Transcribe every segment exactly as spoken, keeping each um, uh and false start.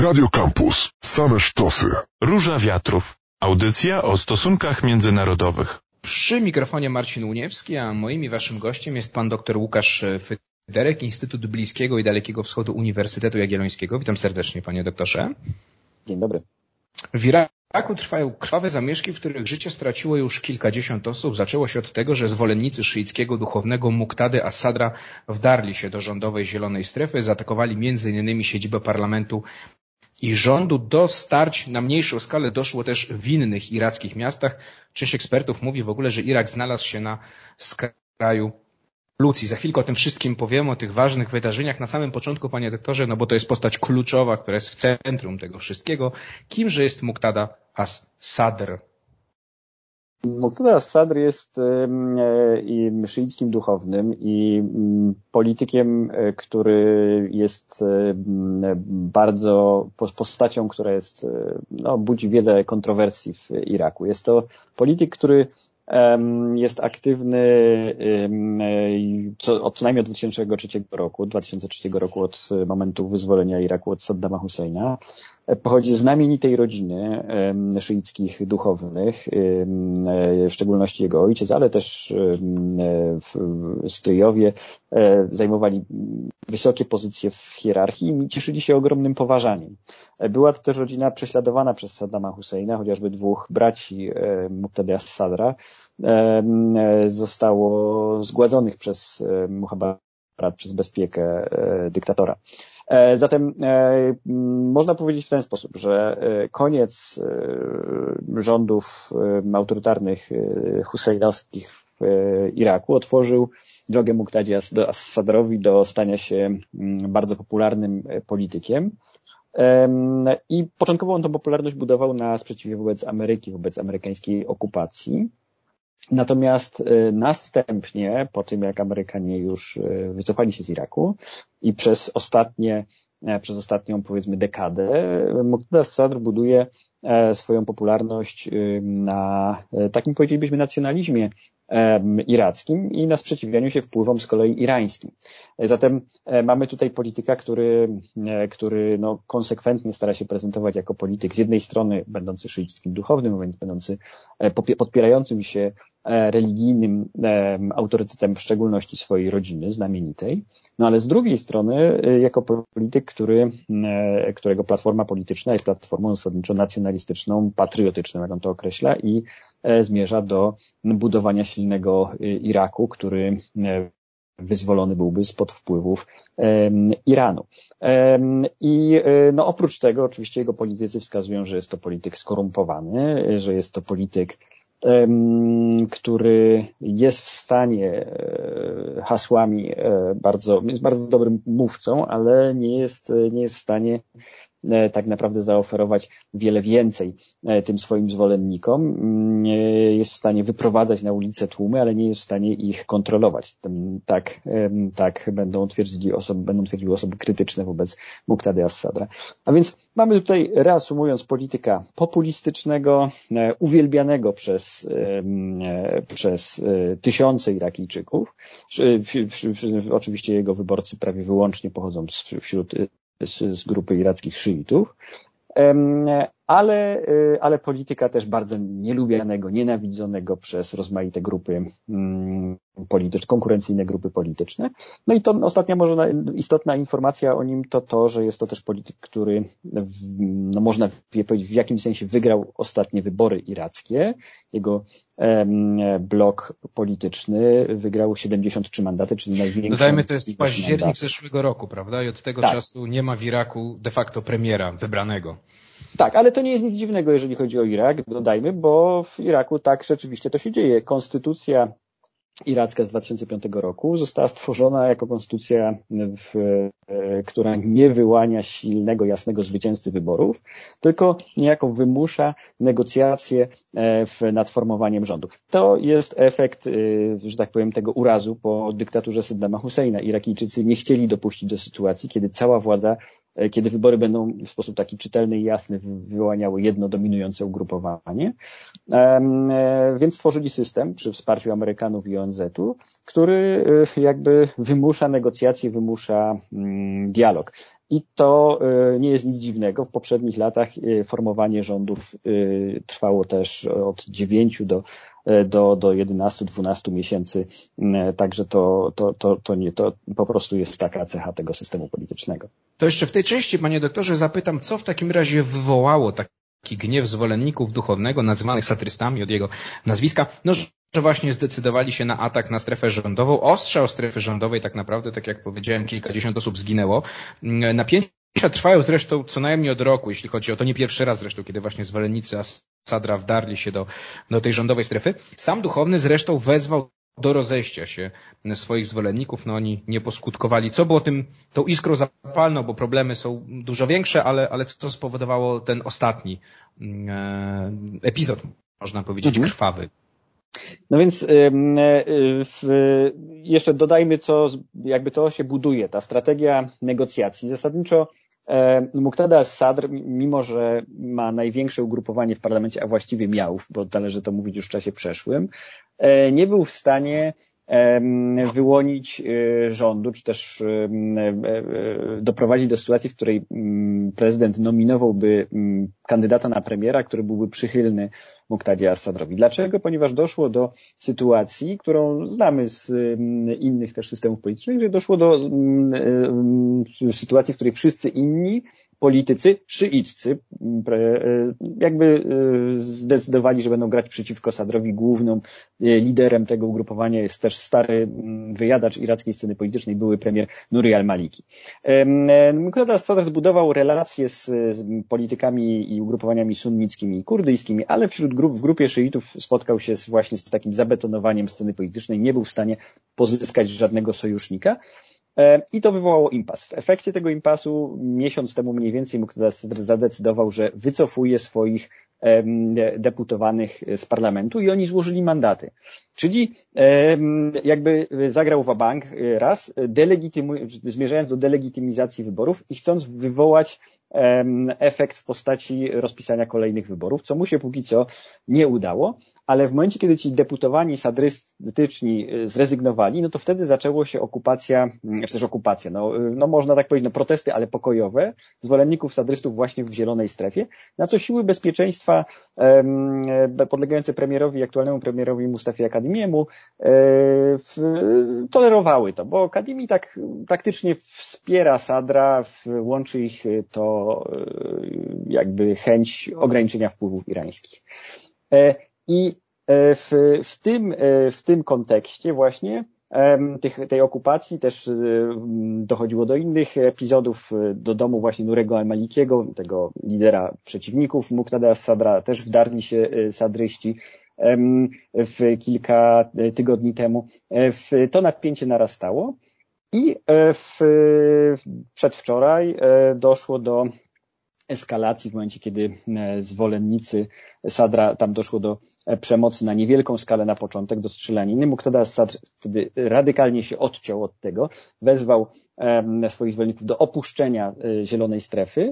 Radio Campus. Same sztosy. Róża wiatrów. Audycja o stosunkach międzynarodowych. Przy mikrofonie Marcin Łuniewski, a moim i waszym gościem jest pan dr Łukasz Fyderek, Instytut Bliskiego i Dalekiego Wschodu Uniwersytetu Jagiellońskiego. Witam serdecznie, panie doktorze. Dzień dobry. W Iraku trwają krwawe zamieszki, w których życie straciło już kilkadziesiąt osób. Zaczęło się od tego, że zwolennicy szyickiego duchownego Muqtady as-Sadra wdarli się do rządowej zielonej strefy, zaatakowali między innymi siedzibę parlamentu i rządu. Do starć na mniejszą skalę doszło też w innych irackich miastach. Część ekspertów mówi w ogóle, że Irak znalazł się na skraju rewolucji. Za chwilkę o tym wszystkim powiem, o tych ważnych wydarzeniach. Na samym początku, panie doktorze, no bo to jest postać kluczowa, która jest w centrum tego wszystkiego. Kimże jest Muqtada as-Sadr? Muqtada as-Sadr jest i szyickim duchownym i politykiem, który jest bardzo postacią, która jest, no, budzi wiele kontrowersji w Iraku. Jest to polityk, który jest aktywny co, od co najmniej od dwa tysiące trzeciego roku, dwa tysiące trzeciego roku od momentu wyzwolenia Iraku od Saddama Husseina. Pochodzi z znamienitej rodziny szyickich duchownych, w szczególności jego ojciec, ale też stryjowie zajmowali wysokie pozycje w hierarchii i cieszyli się ogromnym poważaniem. Była to też rodzina prześladowana przez Saddama Husseina, chociażby dwóch braci Muqtady as-Sadra zostało zgładzonych przez Muhabbarat, przez bezpiekę dyktatora. Zatem można powiedzieć w ten sposób, że koniec rządów autorytarnych husejnowskich w Iraku otworzył drogę Muqtadzie as-Sadrowi do stania się bardzo popularnym politykiem. I początkowo on tą popularność budował na sprzeciwie wobec Ameryki, wobec amerykańskiej okupacji. Natomiast następnie, po tym jak Amerykanie już wycofali się z Iraku i przez ostatnie, przez ostatnią, powiedzmy, dekadę, Muqtada as-Sadr buduje swoją popularność na takim, powiedzielibyśmy, nacjonalizmie irackim i na sprzeciwianiu się wpływom z kolei irańskim. Zatem mamy tutaj polityka, który, który no, konsekwentnie stara się prezentować jako polityk z jednej strony będący szyickim duchownym, więc będący podpierającym się religijnym autorytetem, w szczególności swojej rodziny znamienitej, no ale z drugiej strony jako polityk, który, którego platforma polityczna jest platformą zasadniczo nacjonalistyczną, patriotyczną, jak on to określa, i zmierza do budowania silnego Iraku, który wyzwolony byłby spod wpływów um, Iranu. Um, I no, oprócz tego oczywiście jego politycy wskazują, że jest to polityk skorumpowany, że jest to polityk, um, który jest w stanie e, hasłami e, bardzo, jest bardzo dobrym mówcą, ale nie jest, nie jest w stanie tak naprawdę zaoferować wiele więcej tym swoim zwolennikom. Jest w stanie wyprowadzać na ulicę tłumy, ale nie jest w stanie ich kontrolować. Tak, tak będą twierdzili osoby, będą twierdziły osoby krytyczne wobec Muqtady as-Sadra. A więc mamy tutaj, reasumując, polityka populistycznego, uwielbianego przez, przez tysiące Irakijczyków. Oczywiście jego wyborcy prawie wyłącznie pochodzą wśród Z, z grupy irackich szyitów, ale, ale polityka też bardzo nielubianego, nienawidzonego przez rozmaite grupy polityczne, konkurencyjne grupy polityczne. No i to ostatnia może istotna informacja o nim to to, że jest to też polityk, który w, no można powiedzieć w jakimś sensie wygrał ostatnie wybory irackie. Jego em, blok polityczny wygrał siedemdziesiąt trzy mandaty, czyli największy. Dodajmy, to jest październik mandaty. zeszłego roku, prawda? I od tego tak. czasu nie ma w Iraku de facto premiera wybranego. Tak, ale to nie jest nic dziwnego, jeżeli chodzi o Irak, dodajmy, bo w Iraku tak rzeczywiście to się dzieje. Konstytucja iracka z dwa tysiące piątego roku została stworzona jako konstytucja, w, która nie wyłania silnego, jasnego zwycięzcy wyborów, tylko niejako wymusza negocjacje w, nad formowaniem rządu. To jest efekt, że tak powiem, tego urazu po dyktaturze Saddama Husseina. Irakijczycy nie chcieli dopuścić do sytuacji, kiedy cała władza kiedy wybory będą w sposób taki czytelny i jasny wyłaniały jedno dominujące ugrupowanie. Więc stworzyli system przy wsparciu Amerykanów i O N Z u, który jakby wymusza negocjacje, wymusza dialog. I to nie jest nic dziwnego. W poprzednich latach formowanie rządów trwało też od dziewięciu do do, do jedenastu dwunastu miesięcy. Także to, to, to, to nie, to po prostu jest taka cecha tego systemu politycznego. To jeszcze w tej części, panie doktorze, zapytam, co w takim razie wywołało taki gniew zwolenników duchownego, nazywanych satrystami od jego nazwiska, no, że właśnie zdecydowali się na atak na strefę rządową. Ostrzał strefy rządowej tak naprawdę, tak jak powiedziałem, kilkadziesiąt osób zginęło. Napięcia trwają zresztą co najmniej od roku, jeśli chodzi o to, nie pierwszy raz zresztą, kiedy właśnie zwolennicy Assadra wdarli się do, do tej rządowej strefy. Sam duchowny zresztą wezwał do rozejścia się swoich zwolenników, no oni nie poskutkowali. Co było tym, tą iskrą zapalną, bo problemy są dużo większe, ale, ale co spowodowało ten ostatni e, epizod, można powiedzieć, mhm. krwawy? No więc y, y, jeszcze dodajmy, co jakby to się buduje, ta strategia negocjacji. Zasadniczo e, Muqtada as-Sadr, mimo że ma największe ugrupowanie w parlamencie, a właściwie miał, bo należy to mówić już w czasie przeszłym, e, nie był w stanie wyłonić rządu, czy też doprowadzić do sytuacji, w której prezydent nominowałby kandydata na premiera, który byłby przychylny Muqtadzie as-Sadrowi. Dlaczego? Ponieważ doszło do sytuacji, którą znamy z innych też systemów politycznych, że doszło do sytuacji, w której wszyscy inni politycy szyiccy jakby zdecydowali, że będą grać przeciwko Sadrowi. Głównym liderem tego ugrupowania jest też stary wyjadacz irackiej sceny politycznej, były premier Nuri al-Maliki. Muqtada as-Sadr zbudował relacje z, z politykami i ugrupowaniami sunnickimi i kurdyjskimi, ale wśród grup, w grupie szyitów spotkał się z, właśnie z takim zabetonowaniem sceny politycznej, nie był w stanie pozyskać żadnego sojusznika. I to wywołało impas. W efekcie tego impasu miesiąc temu mniej więcej Muqtada as-Sadr zadecydował, że wycofuje swoich deputowanych z parlamentu i oni złożyli mandaty. Czyli jakby zagrał wabank raz, zmierzając do delegitymizacji wyborów i chcąc wywołać efekt w postaci rozpisania kolejnych wyborów, co mu się póki co nie udało, ale w momencie, kiedy ci deputowani sadrystyczni zrezygnowali, no to wtedy zaczęło się okupacja, czy też okupacja, no, no można tak powiedzieć, no protesty, ale pokojowe, zwolenników sadrystów właśnie w zielonej strefie, na co siły bezpieczeństwa um, podlegające premierowi, aktualnemu premierowi Mustafie Kadimiemu e, w, tolerowały to, bo Kadimi tak taktycznie wspiera Sadra, w, łączy ich to e, jakby chęć ograniczenia wpływów irańskich. E, I w, w, tym, w tym kontekście właśnie tych, tej okupacji też dochodziło do innych epizodów, do domu właśnie Nurego al-Malikiego, tego lidera przeciwników Muqtada as-Sadra, też wdarli się sadryści w kilka tygodni temu. To napięcie narastało i w, przedwczoraj doszło do eskalacji w momencie, kiedy zwolennicy Sadra, tam doszło do przemocy na niewielką skalę na początek, do strzelaniny. Muqtada as-Sadr wtedy radykalnie się odciął od tego, wezwał swoich zwolenników do opuszczenia zielonej strefy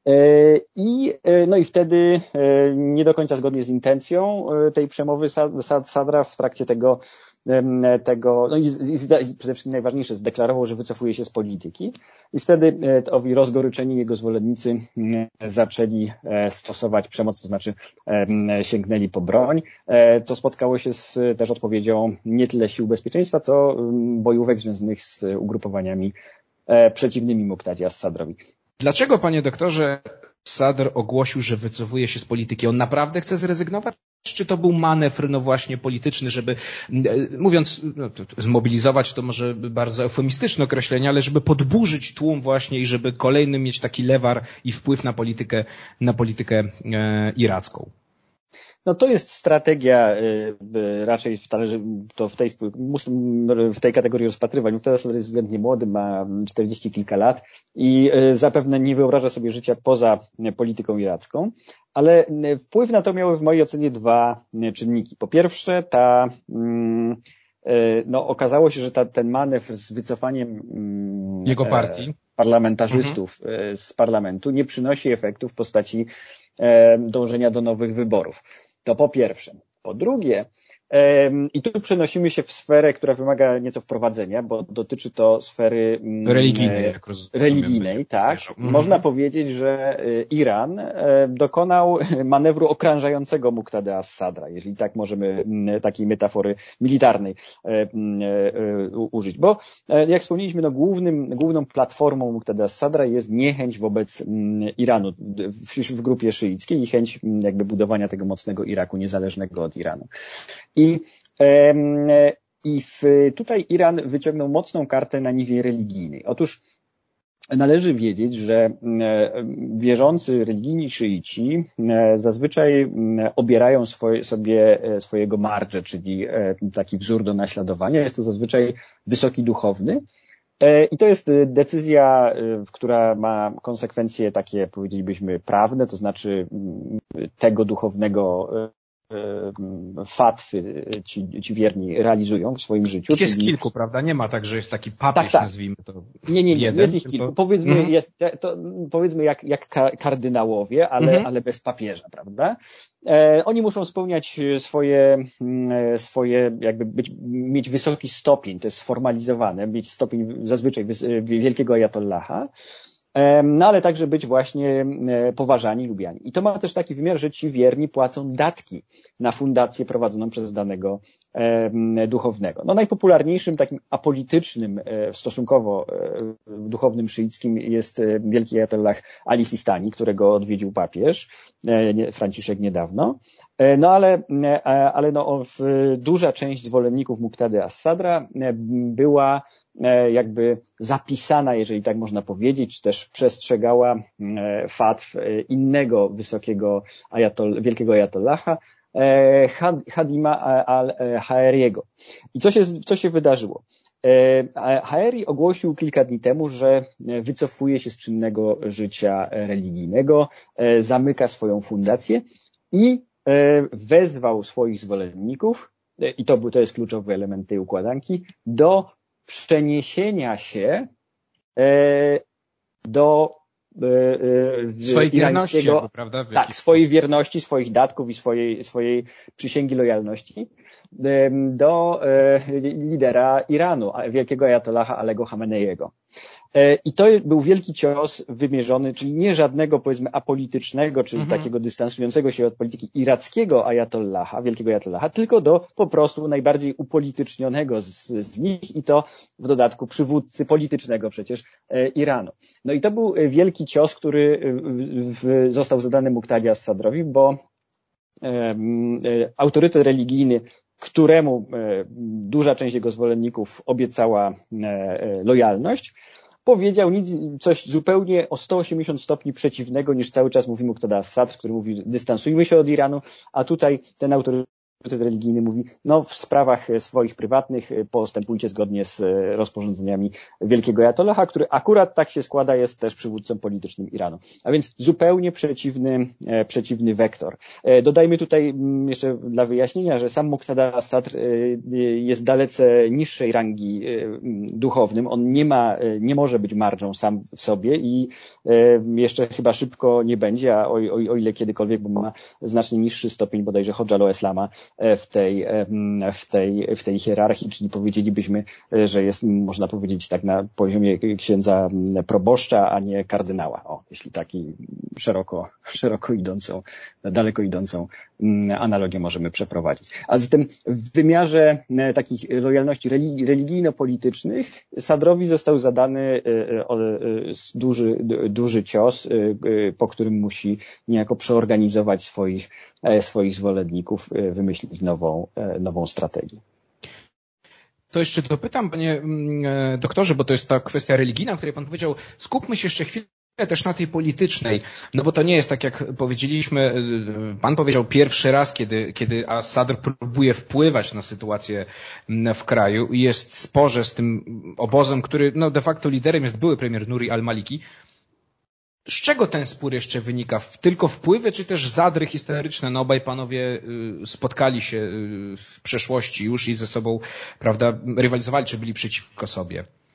i, no i wtedy nie do końca zgodnie z intencją tej przemowy Sadra w trakcie tego tego, no i, i, i przede wszystkim najważniejsze, zdeklarował, że wycofuje się z polityki i wtedy owi rozgoryczeni jego zwolennicy zaczęli stosować przemoc, to znaczy sięgnęli po broń, co spotkało się z też odpowiedzią nie tyle sił bezpieczeństwa, co bojówek związanych z ugrupowaniami przeciwnymi Muqtadzie as-Sadrowi. Dlaczego, panie doktorze, Sadr ogłosił, że wycofuje się z polityki? On naprawdę chce zrezygnować? Czy to był manewr, no właśnie polityczny, żeby, mówiąc, no, zmobilizować to może bardzo eufemistyczne określenie, ale żeby podburzyć tłum właśnie i żeby kolejny mieć taki lewar i wpływ na politykę, na politykę e, iracką? No to jest strategia y, raczej w, to w, tej, w tej kategorii rozpatrywań. Muqtada as-Sadr jest względnie młody, ma czterdzieści kilka lat i y, zapewne nie wyobraża sobie życia poza polityką iracką, ale y, wpływ na to miały w mojej ocenie dwa y, czynniki. Po pierwsze, ta y, no okazało się, że ta, ten manewr z wycofaniem jego partii, parlamentarzystów mhm. z parlamentu nie przynosi efektu w postaci dążenia do nowych wyborów. To po pierwsze. Po drugie, i tu przenosimy się w sferę, która wymaga nieco wprowadzenia, bo dotyczy to sfery religijnej, jak rozumiem, religijnej tak. Mhm. Można powiedzieć, że Iran dokonał manewru okrążającego Muqtada as-Sadra, jeżeli tak możemy takiej metafory militarnej użyć. Bo jak wspomnieliśmy, no głównym, główną platformą Muqtada as-Sadra jest niechęć wobec Iranu w, w grupie szyickiej i chęć jakby budowania tego mocnego Iraku niezależnego od Iranu. I, i w, tutaj Iran wyciągnął mocną kartę na niwie religijnej. Otóż należy wiedzieć, że wierzący religijni szyici zazwyczaj obierają swoje, sobie swojego mardże, czyli taki wzór do naśladowania. Jest to zazwyczaj wysoki duchowny. I to jest decyzja, która ma konsekwencje takie, powiedzielibyśmy, prawne, to znaczy tego duchownego fatwy ci, ci wierni realizują w swoim życiu. Ich jest czyli... kilku, prawda? Nie ma tak, że jest taki papież, tak, tak. nazwijmy to. Nie, nie, nie, jeden, jest ich tylko... kilku. Powiedzmy, mm. jest, to, powiedzmy jak, jak kardynałowie, ale, mm. ale bez papieża, prawda? E, oni muszą spełniać swoje, swoje jakby być, mieć wysoki stopień, to jest sformalizowane, mieć stopień zazwyczaj wielkiego ajatollaha. No ale także być właśnie poważani, lubiani. I to ma też taki wymiar, że ci wierni płacą datki na fundację prowadzoną przez danego duchownego. No najpopularniejszym takim apolitycznym stosunkowo duchownym szyickim jest wielki ajatollah Ali Sistani, którego odwiedził papież Franciszek niedawno. No ale, ale no, duża część zwolenników Muqtady as-Sadra była jakby zapisana, jeżeli tak można powiedzieć, czy też przestrzegała fatw innego wysokiego ajatol, wielkiego ajatollaha, Hadima al-Haeriego. I co się, co się wydarzyło? Haeri ogłosił kilka dni temu, że wycofuje się z czynnego życia religijnego, zamyka swoją fundację i wezwał swoich zwolenników, i to, to jest kluczowy element tej układanki, do przeniesienia się e, do e, swojej wierności, prawda? W tak, swojej sposób. wierności, swoich datków i swojej, swojej przysięgi lojalności e, do e, lidera Iranu, wielkiego ajatollaha Alego Chameneiego. I to był wielki cios wymierzony, czyli nie żadnego, powiedzmy, apolitycznego, czy mhm. takiego dystansującego się od polityki irackiego ajatollaha, wielkiego ajatollaha, tylko do po prostu najbardziej upolitycznionego z, z nich i to w dodatku przywódcy politycznego przecież e, Iranu. No i to był wielki cios, który w, w, został zadany Muqtadzie as-Sadrowi, bo e, e, autorytet religijny, któremu e, duża część jego zwolenników obiecała e, lojalność, powiedział nic, coś zupełnie o sto osiemdziesiąt stopni przeciwnego niż cały czas mówi Muqtada as-Sadr, który mówi dystansujmy się od Iranu, a tutaj ten autorytet religijny mówi, no w sprawach swoich prywatnych postępujcie zgodnie z rozporządzeniami wielkiego ajatollaha, który akurat tak się składa, jest też przywódcą politycznym Iranu. A więc zupełnie przeciwny, przeciwny wektor. Dodajmy tutaj jeszcze dla wyjaśnienia, że sam Muqtada as-Sadr jest dalece niższej rangi duchownym. On nie ma, nie może być mardżą sam w sobie i jeszcze chyba szybko nie będzie, a o, o, o ile kiedykolwiek, bo ma znacznie niższy stopień bodajże Hodża al-Islama w tej, w tej, w tej hierarchii, czyli powiedzielibyśmy, że jest, można powiedzieć, tak na poziomie księdza proboszcza, a nie kardynała. O, jeśli taki szeroko, szeroko idącą, daleko idącą analogię możemy przeprowadzić. A zatem w wymiarze takich lojalności religijno-politycznych Sadrowi został zadany duży, duży cios, po którym musi niejako przeorganizować swoich, swoich zwolenników, wymyślić nową, nową strategię. To jeszcze dopytam, panie doktorze, bo to jest ta kwestia religijna, o której pan powiedział. Skupmy się jeszcze chwilę też na tej politycznej, no bo to nie jest tak, jak powiedzieliśmy, pan powiedział pierwszy raz, kiedy, kiedy As-Sadr próbuje wpływać na sytuację w kraju i jest w sporze z tym obozem, który no de facto liderem jest były premier Nuri al-Maliki. Z czego ten spór jeszcze wynika? Tylko wpływy, czy też zadry historyczne? No obaj panowie spotkali się w przeszłości już i ze sobą, prawda, rywalizowali, czy byli przeciwko sobie?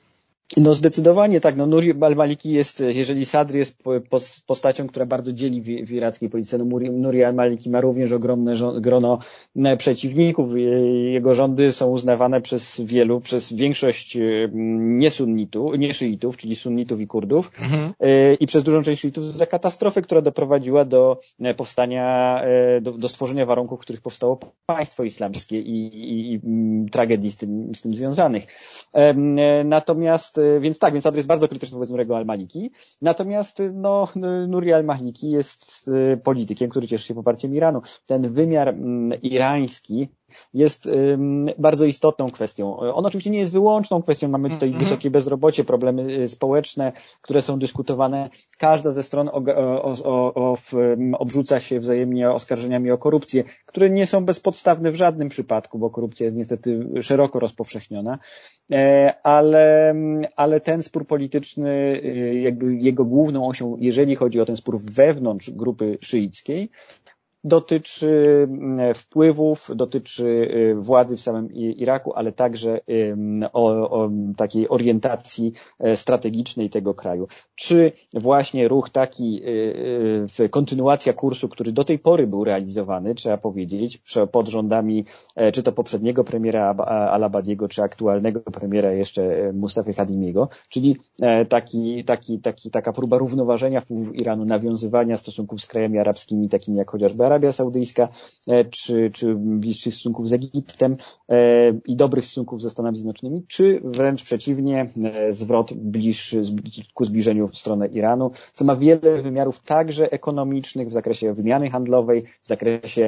No zdecydowanie tak. No Nuri al-Maliki jest, jeżeli Sadr jest postacią, która bardzo dzieli w, w irackiej polityce, no Nuri al-Maliki ma również ogromne grono przeciwników. Jego rządy są uznawane przez wielu, przez większość nie sunnitu, nie szyitów, czyli sunnitów i Kurdów mhm. i przez dużą część szyitów za katastrofę, która doprowadziła do powstania, do, do stworzenia warunków, w których powstało państwo islamskie i, i, i tragedii z tym, z tym związanych. Natomiast Więc tak, więc Sadr jest bardzo krytyczny wobec Nuriego al-Maliki. Natomiast no, Nuri al-Maliki jest politykiem, który cieszy się poparciem Iranu. Ten wymiar mm, irański jest ym, bardzo istotną kwestią. On oczywiście nie jest wyłączną kwestią. Mamy tutaj mm-hmm. wysokie bezrobocie, problemy społeczne, które są dyskutowane. Każda ze stron o, o, o, o, w, obrzuca się wzajemnie oskarżeniami o korupcję, które nie są bezpodstawne w żadnym przypadku, bo korupcja jest niestety szeroko rozpowszechniona. E, ale, ale ten spór polityczny, jakby jego główną osią, jeżeli chodzi o ten spór wewnątrz grupy szyickiej, dotyczy wpływów, dotyczy władzy w samym Iraku, ale także o, o takiej orientacji strategicznej tego kraju. Czy właśnie ruch taki, kontynuacja kursu, który do tej pory był realizowany, trzeba powiedzieć, pod rządami czy to poprzedniego premiera al-Abadiego, czy aktualnego premiera jeszcze Mustafy Hadimiego, czyli taki, taki, taki, taka próba równoważenia wpływów Iranu, nawiązywania stosunków z krajami arabskimi, takimi jak chociażby Arabia Saudyjska, czy, czy bliższych stosunków z Egiptem i dobrych stosunków ze Stanami Zjednoczonymi, czy wręcz przeciwnie, zwrot bliższy ku zbliżeniu w stronę Iranu, co ma wiele wymiarów także ekonomicznych w zakresie wymiany handlowej, w zakresie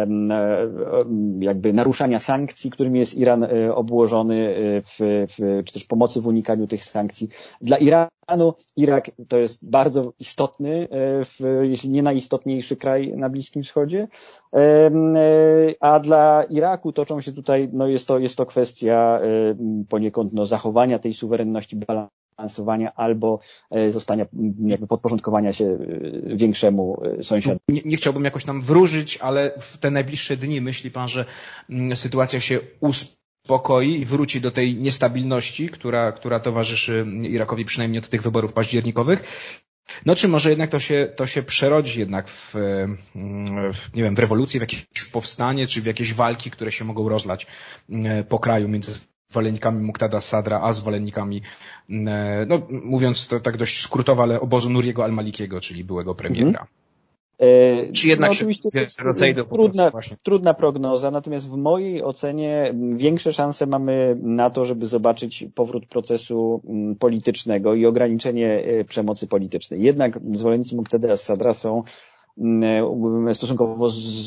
jakby naruszania sankcji, którymi jest Iran obłożony, w, w, czy też pomocy w unikaniu tych sankcji. Dla Iranu Irak to jest bardzo istotny, w, jeśli nie najistotniejszy kraj na Bliskim Wschodzie, a dla Iraku toczą się tutaj, no jest to, jest to kwestia poniekąd no, zachowania tej suwerenności, balansowania albo zostania, jakby podporządkowania się większemu sąsiadowi. Nie, nie chciałbym jakoś tam wróżyć, ale w te najbliższe dni myśli pan, że sytuacja się uspokoi spokoi i wróci do tej niestabilności, która, która towarzyszy Irakowi przynajmniej od tych wyborów październikowych. No czy może jednak to się, to się przerodzi jednak w, w, nie wiem, w rewolucję, w jakieś powstanie, czy w jakieś walki, które się mogą rozlać po kraju między zwolennikami Muqtada Sadra, a zwolennikami, no mówiąc to tak dość skrótowo, ale obozu Nuriego al-Malikiego, czyli byłego premiera. Mhm. Czy jednak no, oczywiście się rozejdą po trudna, właśnie? Trudna prognoza, natomiast w mojej ocenie większe szanse mamy na to, żeby zobaczyć powrót procesu politycznego i ograniczenie przemocy politycznej. Jednak zwolennicy Muqtada Sadra są stosunkowo z,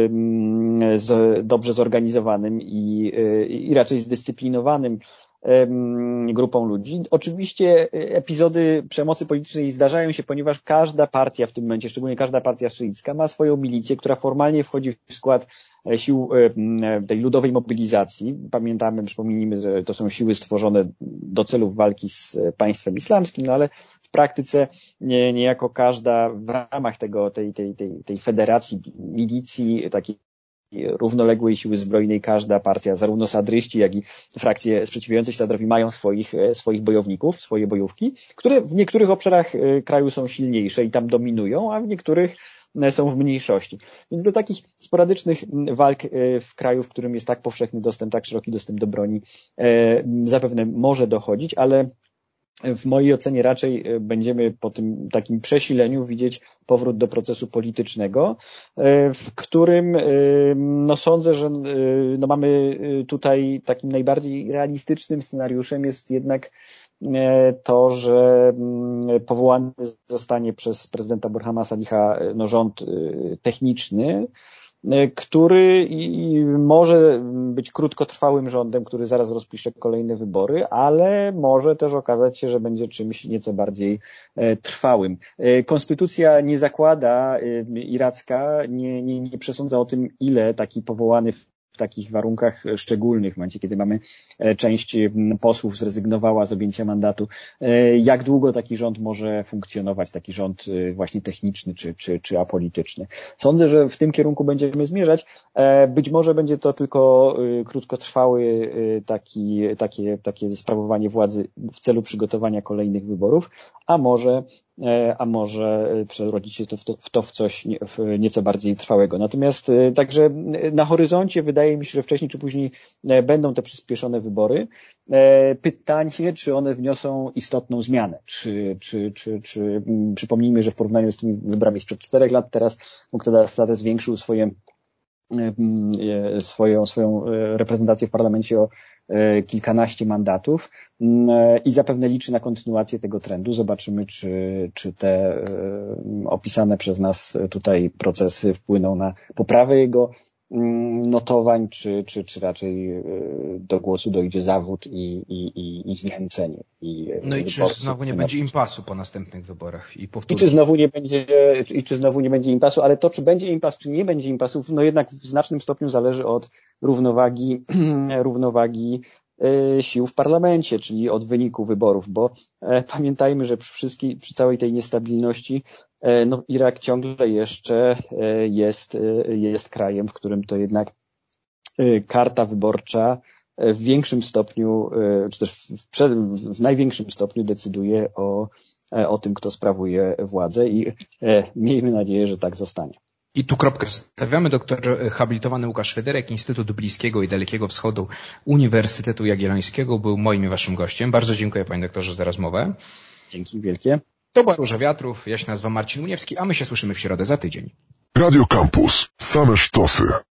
z dobrze zorganizowanym i, i raczej zdyscyplinowanym grupą ludzi. Oczywiście epizody przemocy politycznej zdarzają się, ponieważ każda partia w tym momencie, szczególnie każda partia szyicka, ma swoją milicję, która formalnie wchodzi w skład sił tej ludowej mobilizacji. Pamiętamy, przypomnijmy, że to są siły stworzone do celów walki z państwem islamskim, no ale w praktyce nie, niejako każda w ramach tego, tej, tej, tej, tej federacji milicji, takiej równoległej siły zbrojnej, każda partia, zarówno sadryści, jak i frakcje sprzeciwiające się Sadrowi mają swoich, swoich bojowników, swoje bojówki, które w niektórych obszarach kraju są silniejsze i tam dominują, a w niektórych są w mniejszości. Więc do takich sporadycznych walk w kraju, w którym jest tak powszechny dostęp, tak szeroki dostęp do broni, zapewne może dochodzić, ale w mojej ocenie raczej będziemy po tym takim przesileniu widzieć powrót do procesu politycznego, w którym no sądzę, że no mamy tutaj takim najbardziej realistycznym scenariuszem jest jednak to, że powołany zostanie przez prezydenta Burhana Saliha no rząd techniczny, który może być krótkotrwałym rządem, który zaraz rozpisze kolejne wybory, ale może też okazać się, że będzie czymś nieco bardziej trwałym. Konstytucja nie zakłada iracka, nie, nie, nie przesądza o tym, ile taki powołany w takich warunkach szczególnych, w momencie, kiedy mamy część posłów zrezygnowała z objęcia mandatu, jak długo taki rząd może funkcjonować, taki rząd właśnie techniczny czy, czy, czy apolityczny. Sądzę, że w tym kierunku będziemy zmierzać. Być może będzie to tylko krótkotrwały taki, takie, takie sprawowanie władzy w celu przygotowania kolejnych wyborów, a może a może przerodzić się to w, to, w to w coś w nieco bardziej trwałego. Natomiast także na horyzoncie wydaje mi się, że wcześniej czy później będą te przyspieszone wybory. Pytanie, czy one wniosą istotną zmianę. Czy, czy, czy, czy przypomnijmy, że w porównaniu z tymi wyborami sprzed czterech lat teraz Muqtada as-Sadr zwiększył swoje, swoją, swoją reprezentację w parlamencie o kilkanaście mandatów i zapewne liczy na kontynuację tego trendu. Zobaczymy, czy, czy te opisane przez nas tutaj procesy wpłyną na poprawę jego notowań, czy, czy, czy raczej do głosu dojdzie zawód i, i, i, i zniechęcenie. I no i czy znowu nie będzie impasu po następnych wyborach? I, I czy znowu nie będzie, i czy znowu nie będzie impasu, ale to, czy będzie impas, czy nie będzie impasów, no jednak w znacznym stopniu zależy od równowagi, równowagi sił w parlamencie, czyli od wyniku wyborów, bo e, pamiętajmy, że przy, wszystkim, przy całej tej niestabilności e, no, Irak ciągle jeszcze e, jest, e, jest krajem, w którym to jednak e, karta wyborcza w większym stopniu, e, czy też w, przed, w największym stopniu decyduje o, e, o tym, kto sprawuje władzę i e, miejmy nadzieję, że tak zostanie. I tu kropkę stawiamy. Doktor habilitowany Łukasz Fryderyk, Instytut Bliskiego i Dalekiego Wschodu Uniwersytetu Jagiellońskiego był moim i waszym gościem. Bardzo dziękuję panie doktorze za rozmowę. Dzięki wielkie. To była Róża Wiatrów, ja się nazywam Marcin Uniewski, a my się słyszymy w środę za tydzień. Radio Campus. Same sztosy.